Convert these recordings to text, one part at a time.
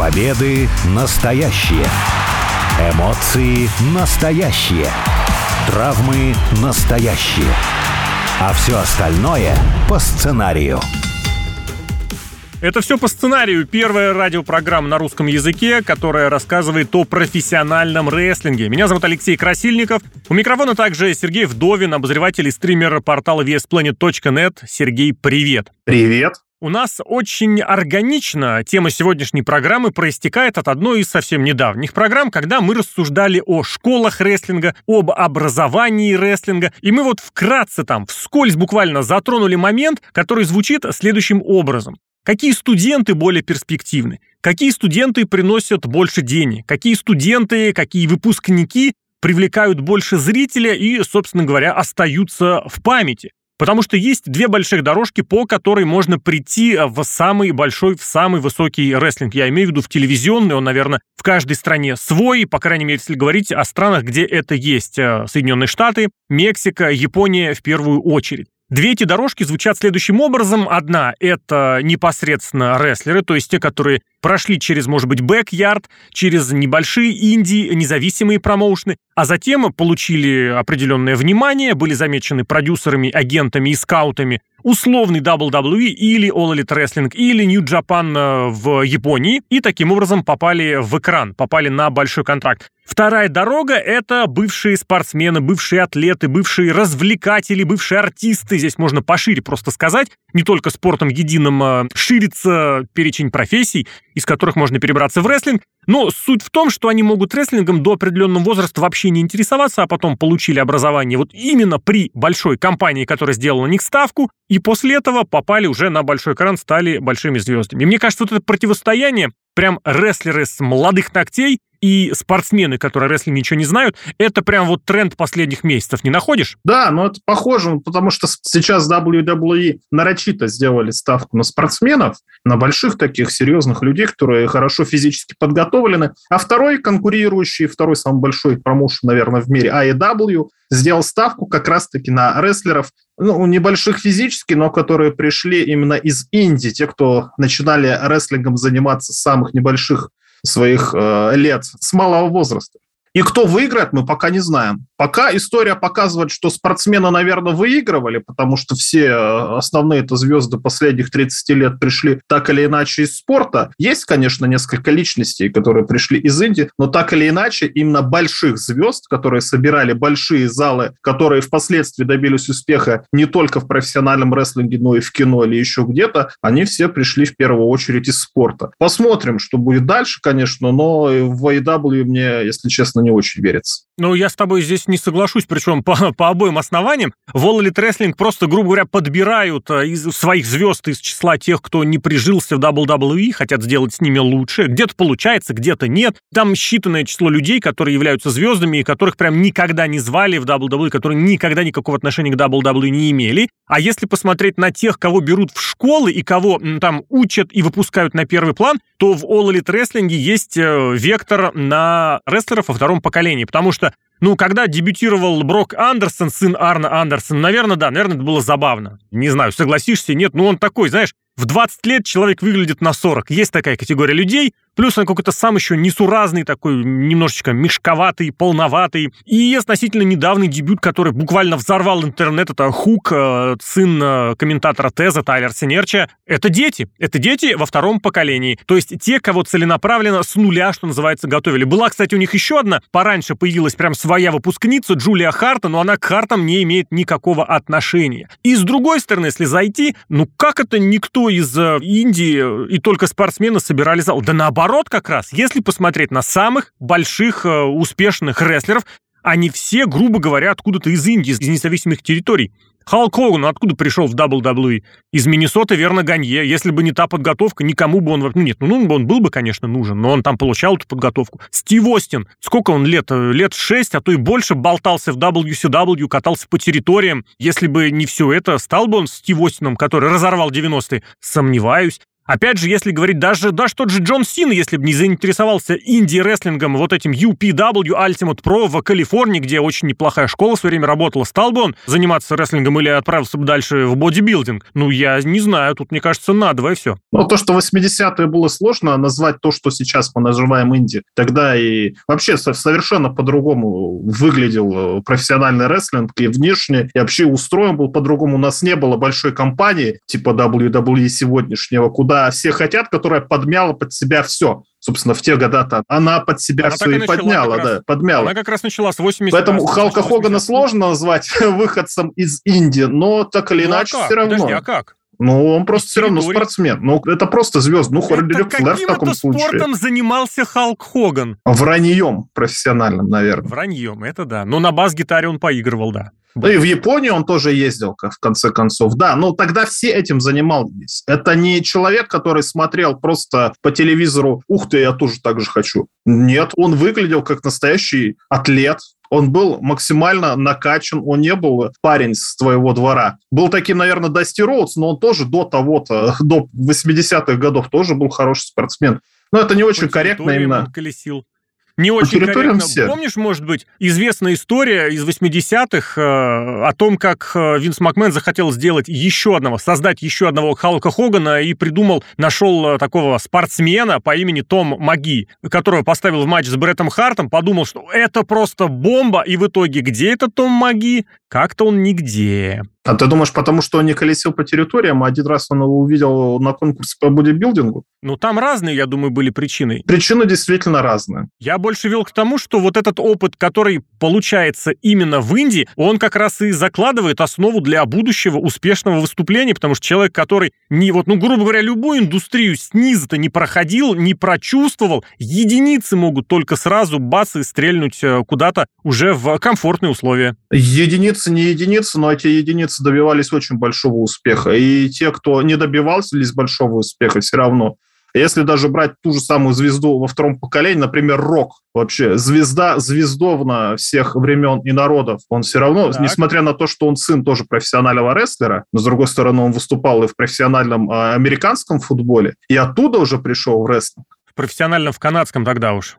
Победы настоящие. Эмоции настоящие. Травмы настоящие. А все остальное по сценарию. Это все по сценарию. Первая радиопрограмма на русском языке, которая рассказывает о профессиональном рестлинге. Меня зовут Алексей Красильников. У микрофона также Сергей Вдовин, обозреватель и стример портала VSPlanet.net. Сергей, привет. Привет. У нас очень органично тема сегодняшней программы проистекает от одной из совсем недавних программ, когда мы рассуждали о школах рестлинга, об образовании рестлинга. И мы вот вкратце вскользь буквально затронули момент, который звучит следующим образом. Какие студенты более перспективны? Какие студенты приносят больше денег? Какие студенты, какие выпускники привлекают больше зрителя и, собственно говоря, остаются в памяти? Потому что есть две больших дорожки, по которой можно прийти в самый большой, в самый высокий рестлинг. Я имею в виду в телевизионный, он, наверное, в каждой стране свой, по крайней мере, если говорить о странах, где это есть. Соединенные Штаты, Мексика, Япония в первую очередь. Две эти дорожки звучат следующим образом. Одна — это непосредственно рестлеры, то есть те, которые прошли через, может быть, бэк-ярд, через небольшие инди, независимые промоушены, а затем получили определенное внимание, были замечены продюсерами, агентами и скаутами условный WWE или All Elite Wrestling или New Japan в Японии и таким образом попали в экран, попали на большой контракт. Вторая дорога — это бывшие спортсмены, бывшие атлеты, бывшие развлекатели, бывшие артисты. Здесь можно пошире просто сказать. Не только спортом единым ширится перечень профессий, из которых можно перебраться в рестлинг. Но суть в том, что они могут рестлингом до определенного возраста вообще не интересоваться, а потом получили образование вот именно при большой компании, которая сделала на них ставку, и после этого попали уже на большой экран, стали большими звездами. И мне кажется, вот это противостояние, прям рестлеры с молодых ногтей и спортсмены, которые о рестлинге ничего не знают, это прям вот тренд последних месяцев, не находишь? Да, но это похоже, потому что сейчас WWE нарочито сделали ставку на спортсменов, на больших таких серьезных людей, которые хорошо физически подготовлены. А второй самый большой промоушен, наверное, в мире, AEW, сделал ставку как раз-таки на рестлеров, небольших физически, но которые пришли именно из Индии, те, кто начинали рестлингом заниматься с самых небольших своих лет, с малого возраста. И кто выиграет, мы пока не знаем. Пока история показывает, что спортсмены, наверное, выигрывали, потому что все основные-то звезды последних 30 лет пришли так или иначе из спорта. Есть, конечно, несколько личностей, которые пришли из Индии, но так или иначе именно больших звезд, которые собирали большие залы, которые впоследствии добились успеха не только в профессиональном рестлинге, но и в кино или еще где-то, они все пришли в первую очередь из спорта. Посмотрим, что будет дальше, конечно, но в AEW мне, если честно, не очень верится. Ну, я с тобой здесь не соглашусь, причем по обоим основаниям. В All Elite Wrestling просто, грубо говоря, подбирают из своих звезд из числа тех, кто не прижился в WWE, хотят сделать с ними лучше. Где-то получается, где-то нет. Там считанное число людей, которые являются звездами, и которых прям никогда не звали в WWE, которые никогда никакого отношения к WWE не имели. А если посмотреть на тех, кого берут в школы и кого там учат и выпускают на первый план, то в All Elite Wrestling есть вектор на рестлеров во втором поколении, потому что когда дебютировал Брок Андерсон, сын Арна Андерсона, наверное, это было забавно. Не знаю, согласишься, нет, он такой, знаешь, в 20 лет человек выглядит на 40. Есть такая категория людей, плюс он какой-то сам еще несуразный такой, немножечко мешковатый, полноватый. И относительно недавний дебют, который буквально взорвал интернет, это Хук, сын комментатора Теза, Тайлер Синерча. Это дети во втором поколении. То есть те, кого целенаправленно с нуля, что называется, готовили. Была, кстати, у них еще одна, пораньше появилась прям своя выпускница, Джулия Харта, но она к Хартам не имеет никакого отношения. И с другой стороны, если зайти, как это никто из Индии и только спортсмены собирали зал? Да наоборот как раз. Если посмотреть на самых больших успешных рестлеров, они все, грубо говоря, откуда-то из Индии, из независимых территорий. Халк Хоган, откуда пришел в WWE? Из Миннесоты, верно, Ганье. Если бы не та подготовка, никому бы он... он был бы, конечно, нужен, но он там получал эту подготовку. Стив Остин, сколько он лет? Лет 6, а то и больше болтался в WCW, катался по территориям. Если бы не все это, стал бы он Стив Остином, который разорвал 90-е? Сомневаюсь. Опять же, если говорить, даже тот же Джон Сина, если бы не заинтересовался инди-рестлингом, вот этим UPW, Ultimate Pro в Калифорнии, где очень неплохая школа в свое время работала, стал бы он заниматься рестлингом или отправился бы дальше в бодибилдинг? Ну, я не знаю, тут, мне кажется, надо, и все. Ну, то, что в 80-е было сложно назвать то, что сейчас мы называем инди, тогда и вообще совершенно по-другому выглядел профессиональный рестлинг, и внешне, и вообще устроен был по-другому. У нас не было большой компании, типа WWE сегодняшнего, куда все хотят, которая подмяла под себя все. Собственно, в те года-то она под себя все и подняла. Подмяла. Она как раз начала с 80. Поэтому Халка Хогана сложно назвать выходцем из Инди, но так или иначе все равно. Подожди, а как? Ну, он просто все равно спортсмен. Ну, это просто звезд. Ну, Рик Флэр в таком случае. Каким спортом занимался Халк Хоган? Враньем профессиональным, наверное. Враньем, это да. Но на бас-гитаре он поигрывал, да. Ну и в Японию он тоже ездил, в конце концов. Да, но тогда все этим занимались. Это не человек, который смотрел просто по телевизору, ух ты, я тоже так же хочу. Нет, он выглядел как настоящий атлет. Он был максимально накачан, он не был парень с твоего двора. Был таким, наверное, Дасти Роудс, но он тоже до 80-х годов тоже был хороший спортсмен. Но это не очень корректно именно. Колесил. Не очень корректно. Все. Помнишь, может быть, известная история из 80-х о том, как Винс Макмен захотел создать еще одного Халка Хогана и нашел такого спортсмена по имени Том Маги, которого поставил в матч с Бреттом Хартом, подумал, что это просто бомба, и в итоге где этот Том Маги? Как-то он нигде. А ты думаешь, потому что он не колесил по территориям, а один раз он его увидел на конкурсе по бодибилдингу? Ну, там разные, я думаю, были причины. Причины действительно разные. Я больше вел к тому, что вот этот опыт, который получается именно в Индии, он как раз и закладывает основу для будущего успешного выступления, потому что человек, который грубо говоря, любую индустрию снизу-то не проходил, не прочувствовал, единицы могут только сразу бац и стрельнуть куда-то уже в комфортные условия. Единицы, не единицы, но эти единицы добивались очень большого успеха. И те, кто не добивался большого успеха, все равно. Если даже брать ту же самую звезду во втором поколении, например, Рок, вообще звездовна всех времен и народов, он все равно, несмотря на то, что он сын тоже профессионального рестлера, но, с другой стороны, он выступал и в профессиональном американском футболе, и оттуда уже пришел в рестлинг. В профессиональном, в канадском тогда уж.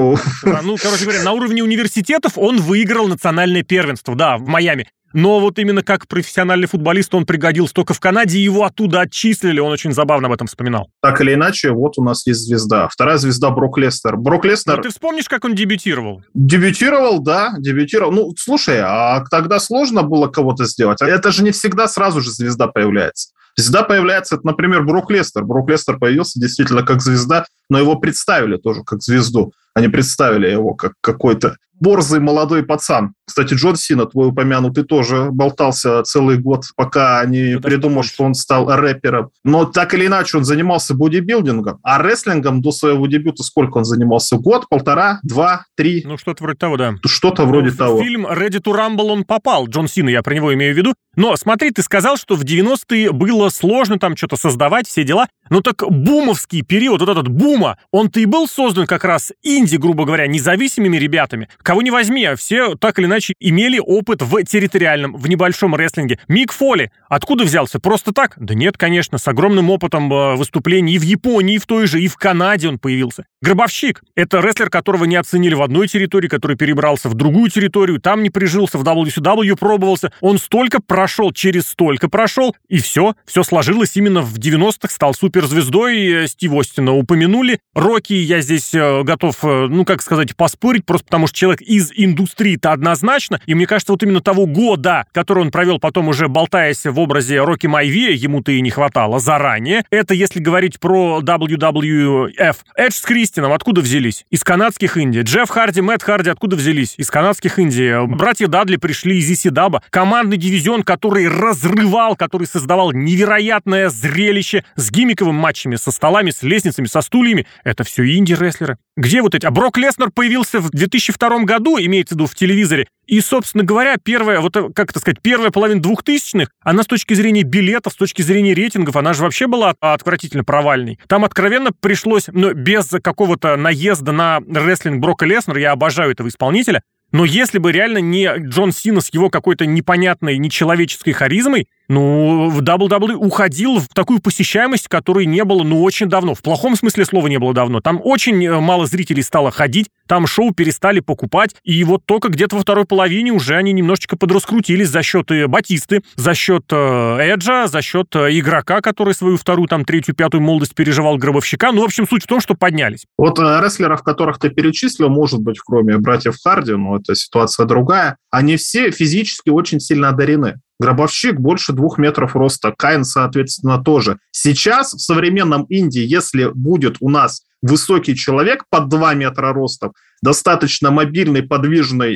Короче говоря, на уровне университетов он выиграл национальное первенство, да, в Майами. Но вот именно как профессиональный футболист он пригодился только в Канаде, и его оттуда отчислили, он очень забавно об этом вспоминал. Так или иначе, вот у нас есть звезда. Вторая звезда Брок Леснер. Брок Леснер... Ты вспомнишь, как он дебютировал? Дебютировал. Ну, слушай, а тогда сложно было кого-то сделать? Это же не всегда сразу же звезда появляется. Звезда появляется, это, например, Брок Леснер. Брок Леснер появился действительно как звезда, но его представили тоже как звезду. Они представили его как какой-то борзый молодой пацан. Кстати, Джон Сина, твой упомянутый, тоже болтался целый год, пока не придумал, что он стал рэпером. Но так или иначе он занимался бодибилдингом, а рестлингом до своего дебюта сколько он занимался? Год, полтора, 2, 3? Ну, что-то вроде того, да. Что-то вроде того. В фильм «Ready to Rumble» он попал, Джон Сина, я про него имею в виду. Но смотри, ты сказал, что в 90-е было сложно там что-то создавать, все дела. Ну так бумовский период, вот этот бума, он-то и был создан как раз инди, грубо говоря, независимыми ребятами. Кого не возьми, а все так или иначе имели опыт в территориальном, в небольшом рестлинге. Мик Фоли, откуда взялся? Просто так? Да нет, конечно, с огромным опытом выступлений и в Японии, и в той же, и в Канаде он появился. Гробовщик — это рестлер, которого не оценили в одной территории, который перебрался в другую территорию, там не прижился, в WCW пробовался. Он через столько прошел, и все сложилось именно в 90-х, стал суперзвездой. Стив Остина упомянули. Рокки я здесь готов, поспорить, просто потому что человек из индустрии-то однозначно, и мне кажется, вот именно того года, который он провел потом уже болтаясь в образе Рокки Майви, ему-то и не хватало заранее. Это если говорить про WWF. Эдж с Кристином откуда взялись? Из канадских инди. Джефф Харди, Мэтт Харди откуда взялись? Из канадских инди. Братья Дадли пришли из ECW. Командный дивизион, который разрывал, который создавал невероятное зрелище с гиммиковыми матчами, со столами, с лестницами, со стульями. Это все инди-рестлеры. Где вот эти? А Брок Леснер появился в 2002 году, имеется в виду в телевизоре. И, собственно говоря, первая половина 2000-х, она с точки зрения билетов, с точки зрения рейтингов, она же вообще была отвратительно провальной. Там откровенно пришлось, без какого-то наезда на рестлинг Брока Леснера, я обожаю этого исполнителя, но если бы реально не Джон Сина с его какой-то непонятной, нечеловеческой харизмой, в WWE уходил в такую посещаемость, которой не было, очень давно. В плохом смысле слова не было давно. Там очень мало зрителей стало ходить, там шоу перестали покупать, и вот только где-то во второй половине уже они немножечко подраскрутились за счет Батисты, за счет Эджа, за счет игрока, который свою вторую, третью, пятую молодость переживал, Гробовщика. В общем, суть в том, что поднялись. Вот рестлеров, которых ты перечислил, может быть, кроме братьев Харди, но это ситуация другая, они все физически очень сильно одарены. Гробовщик больше 2 метров роста, Кайн, соответственно, тоже. Сейчас в современном инди, если будет у нас высокий человек под 2 метра роста, достаточно мобильный, подвижный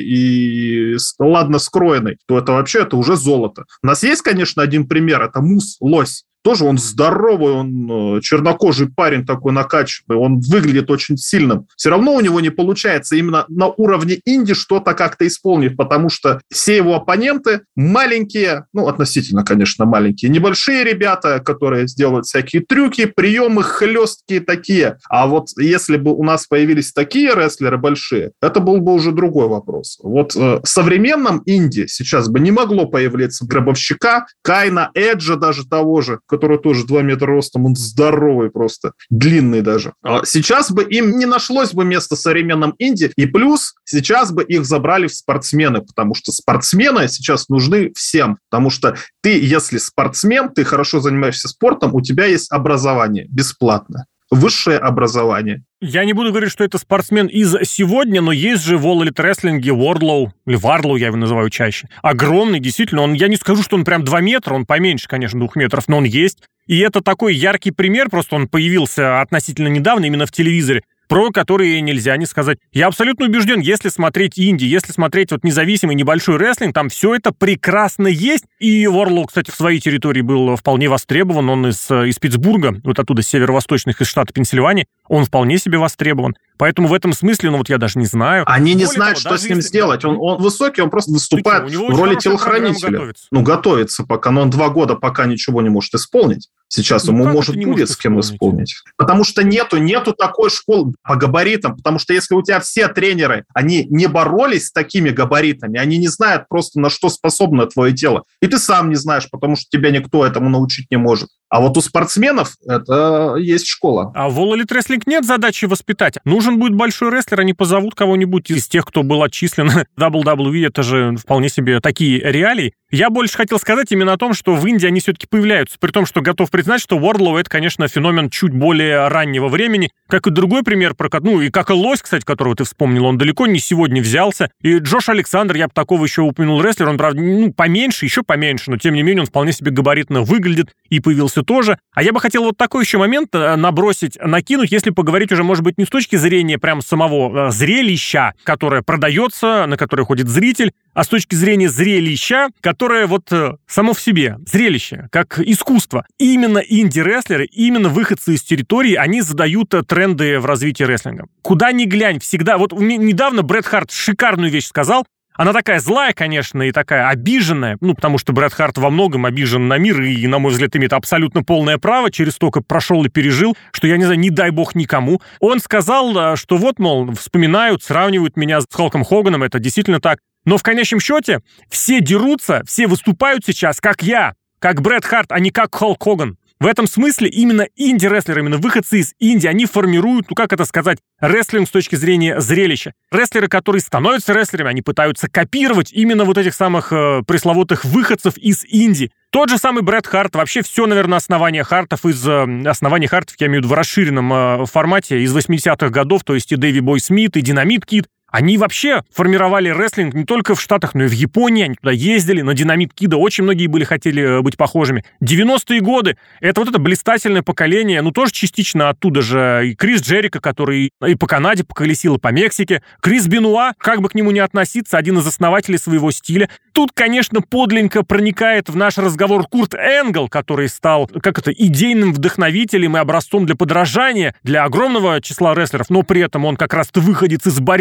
и ладно скроенный, то это уже золото. У нас есть, конечно, один пример, это Мус Лось. Тоже он здоровый, он чернокожий парень такой накачанный, он выглядит очень сильным. Все равно у него не получается именно на уровне инди что-то как-то исполнить, потому что все его оппоненты маленькие, относительно, конечно, маленькие, небольшие ребята, которые сделают всякие трюки, приемы хлесткие такие. А вот если бы у нас появились такие рестлеры большие, это был бы уже другой вопрос. Вот в современном инди сейчас бы не могло появиться Гробовщика, Кайна, Эджа даже того же, который тоже 2 метра ростом, он здоровый просто, длинный даже. Сейчас бы им не нашлось бы места в современном инди, и плюс сейчас бы их забрали в спортсмены, потому что спортсмены сейчас нужны всем, потому что ты, если спортсмен, ты хорошо занимаешься спортом, у тебя есть образование бесплатно. Высшее образование. Я не буду говорить, что это спортсмен из сегодня, но есть же в All Elite Wrestling Wardlow, или Варлоу я его называю чаще. Огромный, действительно, я не скажу, что он прям 2 метра, он поменьше, конечно, 2 метров, но он есть. И это такой яркий пример, просто он появился относительно недавно именно в телевизоре, про которые нельзя не сказать. Я абсолютно убежден, если смотреть инди, если смотреть независимый небольшой рестлинг, там все это прекрасно есть. И Уорлоу, кстати, в своей территории был вполне востребован. Он из Питтсбурга, оттуда, с северо-восточных, из штата Пенсильвания. Он вполне себе востребован. Поэтому в этом смысле, я даже не знаю. Они не знают, что с ним сделать. Он высокий, он просто выступает в роли телохранителя. Готовится пока, но он 2 года пока ничего не может исполнить. Сейчас ему, может, будет с кем исполнить. Потому что нету такой школы по габаритам. Потому что если у тебя все тренеры, они не боролись с такими габаритами, они не знают просто, на что способно твое тело. И ты сам не знаешь, потому что тебя никто этому научить не может. А вот у спортсменов это есть школа. А в All Elite Wrestling нет задачи воспитать. Нужен будет большой рестлер, они позовут кого-нибудь из тех, кто был отчислен в WWE. Это же вполне себе такие реалии. Я больше хотел сказать именно о том, что в Индии они все-таки появляются, при том, что готов признать, что Уорлоу — это, конечно, феномен чуть более раннего времени. Как и другой пример, и как и Лось, кстати, которого ты вспомнил, он далеко не сегодня взялся. И Джош Александр, я бы такого еще упомянул рестлер, он, правда, еще поменьше, но тем не менее он вполне себе габаритно выглядит и появился тоже. А я бы хотел такой еще момент накинуть, если поговорить уже, может быть, не с точки зрения прям самого зрелища, которое продается, на которое ходит зритель, а с точки зрения зрелища, которое само в себе, зрелище, как искусство. И именно инди-рестлеры, именно выходцы из территории, они задают тренды в развитии рестлинга. Куда ни глянь, всегда... Недавно Брэд Харт шикарную вещь сказал. Она такая злая, конечно, и такая обиженная, потому что Брэд Харт во многом обижен на мир и, на мой взгляд, имеет абсолютно полное право, через то, как прошел и пережил, что, я не знаю, не дай бог никому. Он сказал, что вспоминают, сравнивают меня с Халком Хоганом, это действительно так. Но в конечном счете все дерутся, все выступают сейчас, как я, как Брэд Харт, а не как Халк Хоган. В этом смысле именно инди-рестлеры, именно выходцы из Индии, они формируют, рестлинг с точки зрения зрелища. Рестлеры, которые становятся рестлерами, они пытаются копировать именно этих самых пресловутых выходцев из Индии. Тот же самый Брэд Харт, вообще все, наверное, основания Хартов, я имею в виду в расширенном формате из 80-х годов, то есть и Дэви Бой Смит, и Динамит Кид. Они вообще формировали рестлинг не только в Штатах, но и в Японии. Они туда ездили, на Динамит Кида очень многие хотели быть похожими. 90-е годы — это это блистательное поколение, тоже частично оттуда же. И Крис Джерико, который и по Канаде поколесил, и по Мексике. Крис Бенуа, как бы к нему ни относиться, один из основателей своего стиля. Тут, конечно, подлинно проникает в наш разговор Курт Энгл, который стал, идейным вдохновителем и образцом для подражания для огромного числа рестлеров, но при этом он как раз-то выходец из борьбы прямо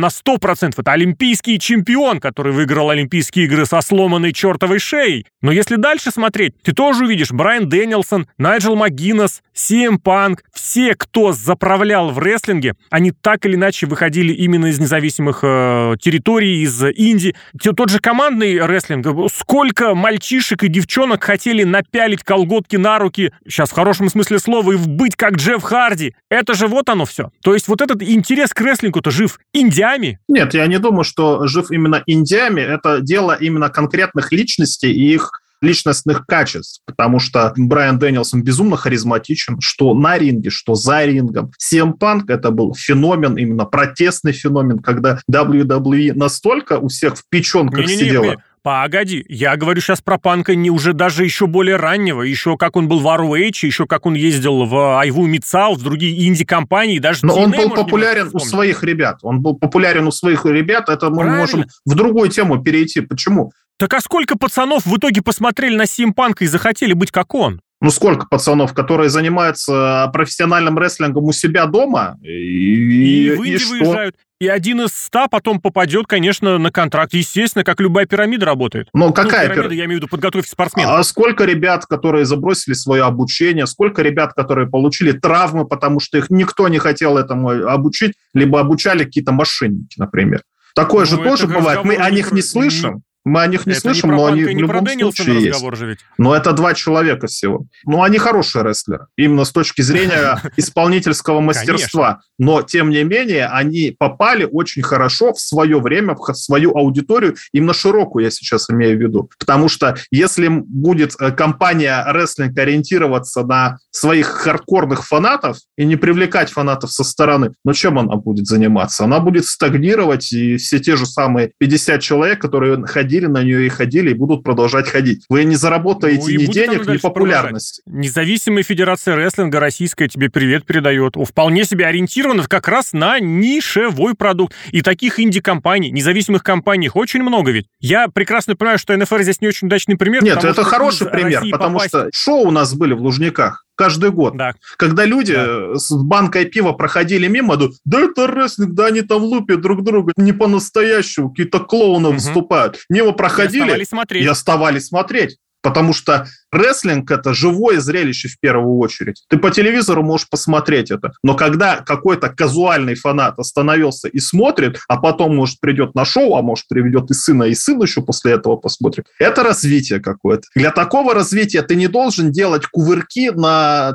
на 100%. Это олимпийский чемпион, который выиграл Олимпийские игры со сломанной чертовой шеей. Но если дальше смотреть, ты тоже увидишь Брайан Дэнилсон, Найджел МакГиннес, CM Punk. Все, кто заправлял в рестлинге, они так или иначе выходили именно из независимых территорий, из Индии. Тот же командный рестлинг. Сколько мальчишек и девчонок хотели напялить колготки на руки, сейчас в хорошем смысле слова, и быть как Джефф Харди. Это же вот оно все. То есть вот этот интерес к рестлингу-то жив индиами? Нет, я не думаю, что жив именно индиами. Это дело именно конкретных личностей и их личностных качеств, потому что Брайан Дэнилсон безумно харизматичен, что на ринге, что за рингом. CM Punk — это был феномен, именно протестный феномен, когда WWE настолько у всех в печенках сидела. Погоди, я говорю сейчас про Панка не уже даже еще более раннего, еще как он был в ROH, еще как он ездил в Айву Мидсаут, в другие инди-компании, даже... Но он был популярен у своих ребят. Это мы можем в другую тему перейти. Почему? Так а сколько пацанов в итоге посмотрели на CM Punk и захотели быть как он? Ну, сколько пацанов, которые занимаются профессиональным рестлингом у себя дома? И в Индию выезжают. И 1 из 100 потом попадет, конечно, на контракт. Естественно, как любая пирамида работает. Но какая пирамида? Я имею в виду подготовки спортсменов. А сколько ребят, которые забросили свое обучение, сколько ребят, которые получили травмы, потому что их никто не хотел этому обучить, либо обучали какие-то мошенники, например. Такое же тоже бывает. Мы о них не слышим. Мы о них не слышим, но они в любом случае есть. Но это 2 человека всего. Но они хорошие рестлеры, именно с точки зрения исполнительского мастерства. Но, тем не менее, они попали очень хорошо в свое время, в свою аудиторию, именно широкую я сейчас имею в виду. Потому что если будет компания рестлинг ориентироваться на своих хардкорных фанатов и не привлекать фанатов со стороны, ну чем она будет заниматься? Она будет стагнировать, и все те же самые 50 человек, которые ходили на нее и будут продолжать ходить. Вы не заработаете ни денег, ни популярность. Независимая федерация рестлинга российская тебе привет передает. Вполне себе ориентирована как раз на нишевой продукт. И таких инди-компаний, независимых компаний очень много ведь. Я прекрасно понимаю, что НФР здесь не очень удачный пример. Нет, это хороший пример, потому что шоу у нас были в Лужниках каждый год. Да. Когда люди с банкой пива проходили мимо, да это рестлинг, да они там лупят друг друга не по-настоящему, какие-то клоуны выступают. Мимо проходили и оставались смотреть. Потому что рестлинг – это живое зрелище в первую очередь. Ты по телевизору можешь посмотреть это. Но когда какой-то казуальный фанат остановился и смотрит, а потом, может, придет на шоу, а может, приведет и сын еще после этого посмотрит, это развитие какое-то. Для такого развития ты не должен делать кувырки на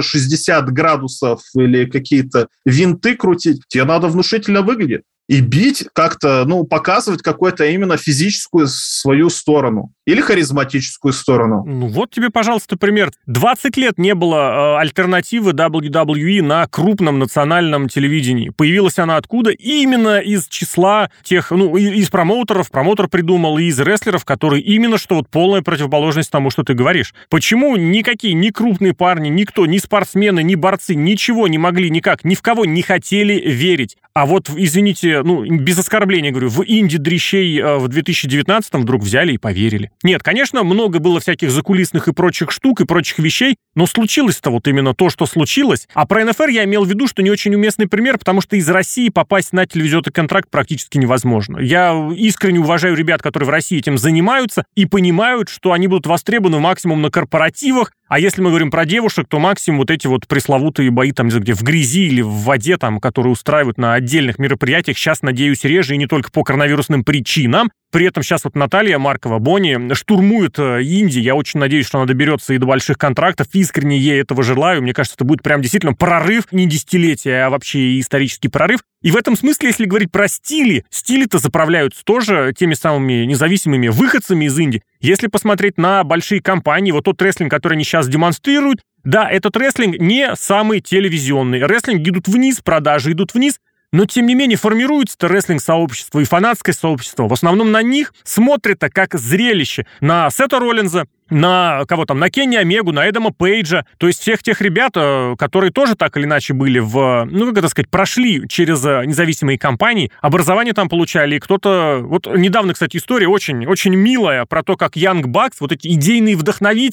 360 градусов или какие-то винты крутить. Тебе надо внушительно выглядеть. И бить как-то, показывать какую-то именно физическую свою сторону. Или харизматическую сторону. Ну вот тебе, пожалуйста, пример. 20 лет не было альтернативы WWE на крупном национальном телевидении. Появилась она откуда? Именно из числа тех, из промоутеров. Промоутер придумал, и из рестлеров, которые именно что вот полная противоположность тому, что ты говоришь. Почему никакие, ни крупные парни, никто, ни спортсмены, ни борцы, ничего не могли никак, ни в кого не хотели верить? А вот, извините, без оскорбления говорю, в инди-дрищей в 2019-м вдруг взяли и поверили. Нет, конечно, много было всяких закулисных и прочих штук, и прочих вещей, но случилось-то вот именно то, что случилось. А про НФР я имел в виду, что не очень уместный пример, потому что из России попасть на телевизионный контракт практически невозможно. Я искренне уважаю ребят, которые в России этим занимаются и понимают, что они будут востребованы максимум на корпоративах, а если мы говорим про девушек, то максимум вот эти вот пресловутые бои там где в грязи или в воде, там, которые устраивают на отдельных мероприятиях, сейчас, надеюсь, реже и не только по коронавирусным причинам. При этом сейчас вот Наталья Маркова-Бони штурмует Инди. Я очень надеюсь, что она доберется и до больших контрактов. Искренне ей этого желаю. Мне кажется, это будет прям действительно прорыв, не десятилетия, а вообще исторический прорыв. И в этом смысле, если говорить про стили-то заправляются тоже теми самыми независимыми выходцами из Инди. Если посмотреть на большие компании, вот тот рестлинг, который они сейчас демонстрируют, да, этот рестлинг не самый телевизионный. Рестлинг идут вниз, продажи идут вниз, но, тем не менее, формируется-то рестлинг-сообщество и фанатское сообщество. В основном на них смотрят как зрелище. На Сета Роллинза, на кого там, на Кенни Омегу, на Эдама Пейджа. То есть всех тех ребят, которые тоже так или иначе были прошли через независимые компании, образование там получали, и кто-то... Вот недавно, кстати, история очень, очень милая про то, как Young Bucks, вот эти идейные вдохновители,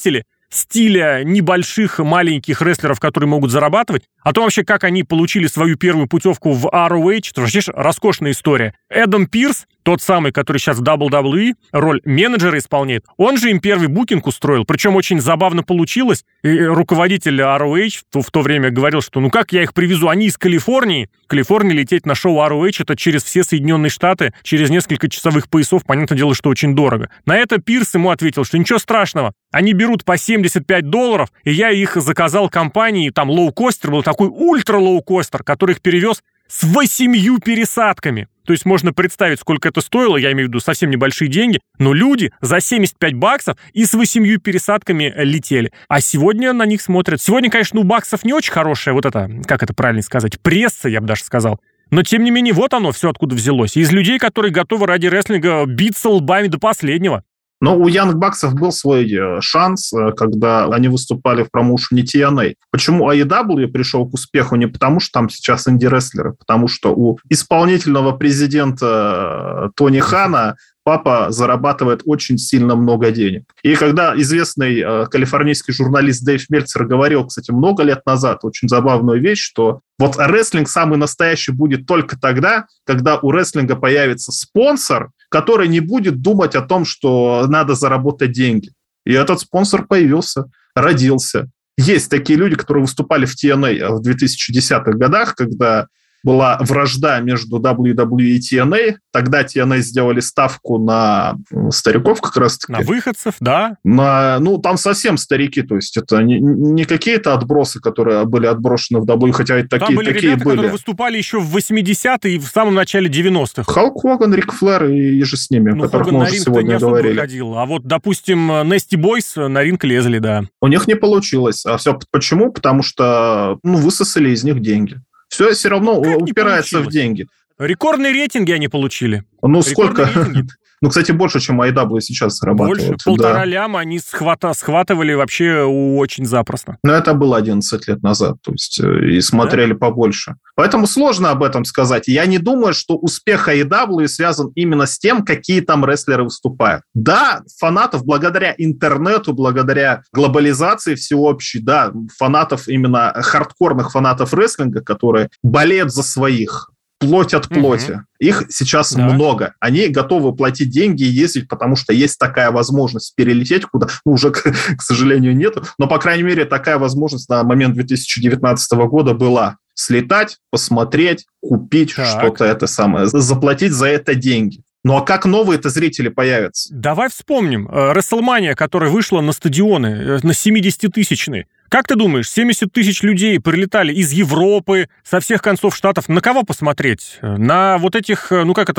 стиля небольших, маленьких рестлеров, которые могут зарабатывать, о том вообще, как они получили свою первую путевку в ROH, это вообще роскошная история. Эдам Пирс, тот самый, который сейчас в WWE, роль менеджера исполняет, он же им первый букинг устроил, причем очень забавно получилось. И руководитель ROH в то время говорил, что ну как я их привезу, они из Калифорнии. В Калифорнии лететь на шоу ROH — это через все Соединенные Штаты, через несколько часовых поясов, понятное дело, что очень дорого. На это Пирс ему ответил, что ничего страшного, они берут по $75, и я их заказал компании, там лоукостер был такой ультра-лоукостер, который их перевез с 8 пересадками. То есть можно представить, сколько это стоило, я имею в виду совсем небольшие деньги, но люди за $75 и с 8 пересадками летели. А сегодня на них смотрят. Сегодня, конечно, у баксов не очень хорошая, вот это, как это правильно сказать, пресса, я бы даже сказал. Но, тем не менее, вот оно все откуда взялось. Из людей, которые готовы ради рестлинга биться лбами до последнего. Но у Янг Баксов был свой шанс, когда они выступали в промоушене TNA. Почему AEW пришел к успеху? Не потому, что там сейчас инди-рестлеры, потому что у исполнительного президента Тони Хана папа зарабатывает очень сильно много денег. И когда известный калифорнийский журналист Дэйв Мельцер говорил, кстати, много лет назад, очень забавную вещь, что вот рестлинг самый настоящий будет только тогда, когда у рестлинга появится спонсор, который не будет думать о том, что надо заработать деньги. И этот спонсор появился, родился. Есть такие люди, которые выступали в TNA в 2010-х годах, когда была вражда между WWE и TNA. Тогда TNA сделали ставку на стариков как раз-таки. На выходцев, да. Там совсем старики, то есть это не какие-то отбросы, которые были отброшены в WWE, хотя и такие были. Там были ребята, которые выступали еще в 80-е и в самом начале 90-х. Халк Хоган, Рик Флэр и же с ними, о которых мы уже сегодня говорили. Ходил. А вот, допустим, Nasty Boys на ринг лезли, да. У них не получилось. А все почему? Потому что высосали из них деньги. Все равно упирается в деньги. Рекордные рейтинги они получили. Сколько? Кстати, больше, чем AEW сейчас зарабатывают. Больше, 1,5 ляма они схватывали вообще очень запросто. Но это было 11 лет назад, то есть и смотрели побольше. Поэтому сложно об этом сказать. Я не думаю, что успех AEW связан именно с тем, какие там рестлеры выступают. Да, фанатов благодаря интернету, благодаря глобализации всеобщей, да, фанатов, именно хардкорных фанатов рестлинга, которые болеют за своих, плоть от плоти. Их сейчас много. Они готовы платить деньги и ездить, потому что есть такая возможность перелететь куда. Уже, к сожалению, нету. Но, по крайней мере, такая возможность на момент 2019 года была. Слетать, посмотреть, купить что-то это самое, заплатить за это деньги. Ну а как новые-то зрители появятся? Давай вспомним. WrestleMania, которая вышла на стадионы, на 70-тысячные. Как ты думаешь, 70 тысяч людей прилетали из Европы, со всех концов штатов. На кого посмотреть? На вот этих,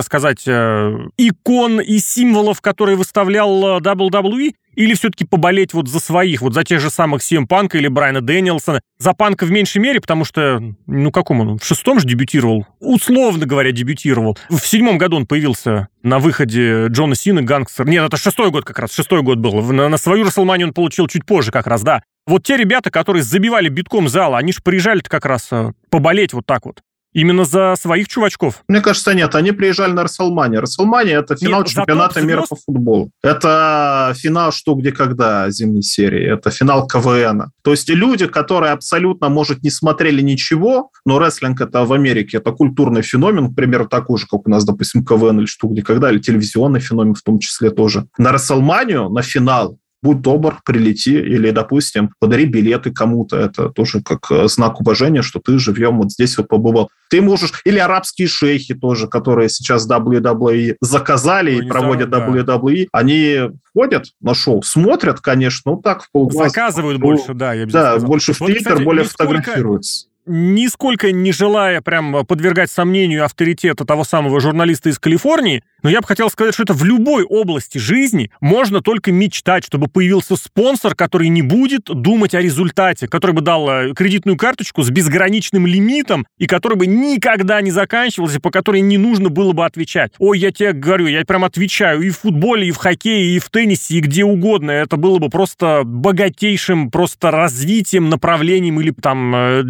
икон и символов, которые выставлял WWE? Или все-таки поболеть вот за своих, вот за тех же самых CM Панка или Брайана Дэнилсона? За Панка в меньшей мере, потому что, каком он? В 6-м же дебютировал. Условно говоря, дебютировал. В 7-м году он появился на выходе Джона Сины, Гангстер. Нет, это 6-й год как раз, 6-й год был. На свою WrestleMania он получил чуть позже как раз, да. Вот те ребята, которые забивали битком зал, они же приезжали-то как раз поболеть вот так вот. Именно за своих чувачков. Мне кажется, нет. Они приезжали на WrestleMania. WrestleMania — это финал чемпионата мира по футболу. Это финал «Что, где, когда» зимней серии. Это финал КВН. То есть люди, которые абсолютно, может, не смотрели ничего, но рестлинг — это в Америке, это культурный феномен, к примеру, такой же, как у нас, допустим, КВН или «Что, где, когда», или телевизионный феномен в том числе тоже. На WrestleMania, на финал, будь добр, прилети, или, допустим, подари билеты кому-то. Это тоже как знак уважения, что ты живьем вот здесь вот побывал. Ты можешь... Или арабские шейхи тоже, которые сейчас WWE заказали и проводят WWE. Они ходят на шоу, смотрят, конечно, так в полглаза. Заказывают больше, да, я бы сказал. Да, больше в Твиттер, более фотографируются. Нисколько не желая прям подвергать сомнению авторитета того самого журналиста из Калифорнии, но я бы хотел сказать, что это в любой области жизни можно только мечтать, чтобы появился спонсор, который не будет думать о результате, который бы дал кредитную карточку с безграничным лимитом и который бы никогда не заканчивался, по которой не нужно было бы отвечать. Ой, я тебе говорю, я прям отвечаю и в футболе, и в хоккее, и в теннисе, и где угодно. Это было бы просто богатейшим просто развитием, направлением или там для того,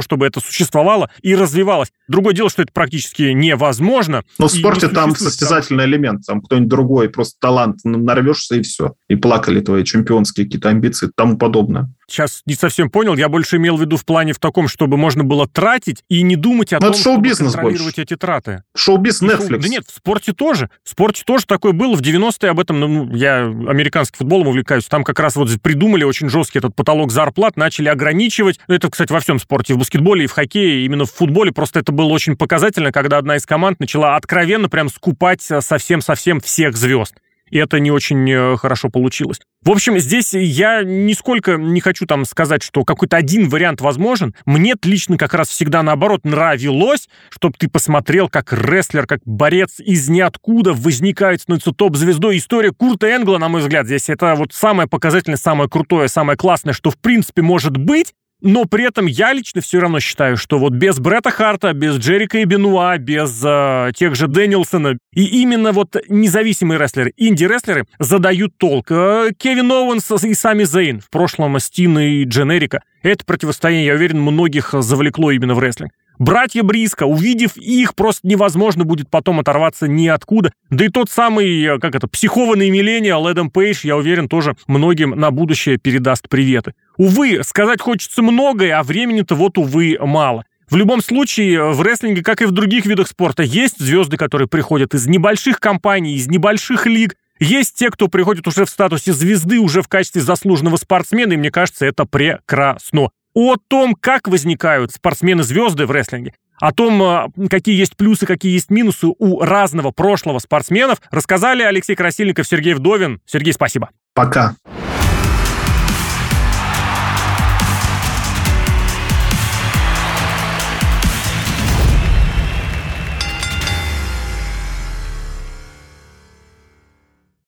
чтобы это существовало и развивалось. Другое дело, что это практически невозможно. Но в спорте там состязательный элемент, там кто-нибудь другой, просто талант нарвешься и все. И плакали твои чемпионские какие-то амбиции и тому подобное. Сейчас не совсем понял, я больше имел в виду в плане в таком, чтобы можно было тратить и не думать о том, чтобы контролировать эти траты. Шоу-бизнес Netflix. Да нет, в спорте тоже. В спорте тоже такое было. В 90-е об этом, я американским футболом увлекаюсь, там как раз вот придумали очень жесткий этот потолок зарплат, начали ограничивать. Это, кстати, во всем спорте, и в баскетболе, и в хоккее, именно в футболе. Просто это было очень показательно, когда одна из команд начала откровенно прям скупать совсем-совсем всех звезд. И это не очень хорошо получилось. В общем, здесь я нисколько не хочу там сказать, что какой-то один вариант возможен. Мне лично как раз всегда наоборот нравилось, чтобы ты посмотрел, как рестлер, как борец из ниоткуда возникает, становится топ-звездой. История Курта Энгла, на мой взгляд, здесь это вот самое показательное, самое крутое, самое классное, что в принципе может быть. Но при этом я лично все равно считаю, что вот без Бретта Харта, без Джерика и Бенуа, без тех же Дэнилсона, и именно вот независимые рестлеры, инди-рестлеры задают толк. Кевин Оуэнс и Сами Зейн, в прошлом Стин и Дженерика. Это противостояние, я уверен, многих завлекло именно в рестлинг. Братья Бриско, увидев их, просто невозможно будет потом оторваться ниоткуда. Да и тот самый, психованный миллениал Эдам Пейдж, я уверен, тоже многим на будущее передаст приветы. Увы, сказать хочется многое, а времени-то вот, увы, мало. В любом случае, в рестлинге, как и в других видах спорта, есть звезды, которые приходят из небольших компаний, из небольших лиг. Есть те, кто приходит уже в статусе звезды, уже в качестве заслуженного спортсмена, и мне кажется, это прекрасно. О том, как возникают спортсмены-звезды в рестлинге, о том, какие есть плюсы, какие есть минусы у разного прошлого спортсменов, рассказали Алексей Красильников, Сергей Вдовин. Сергей, спасибо. Пока.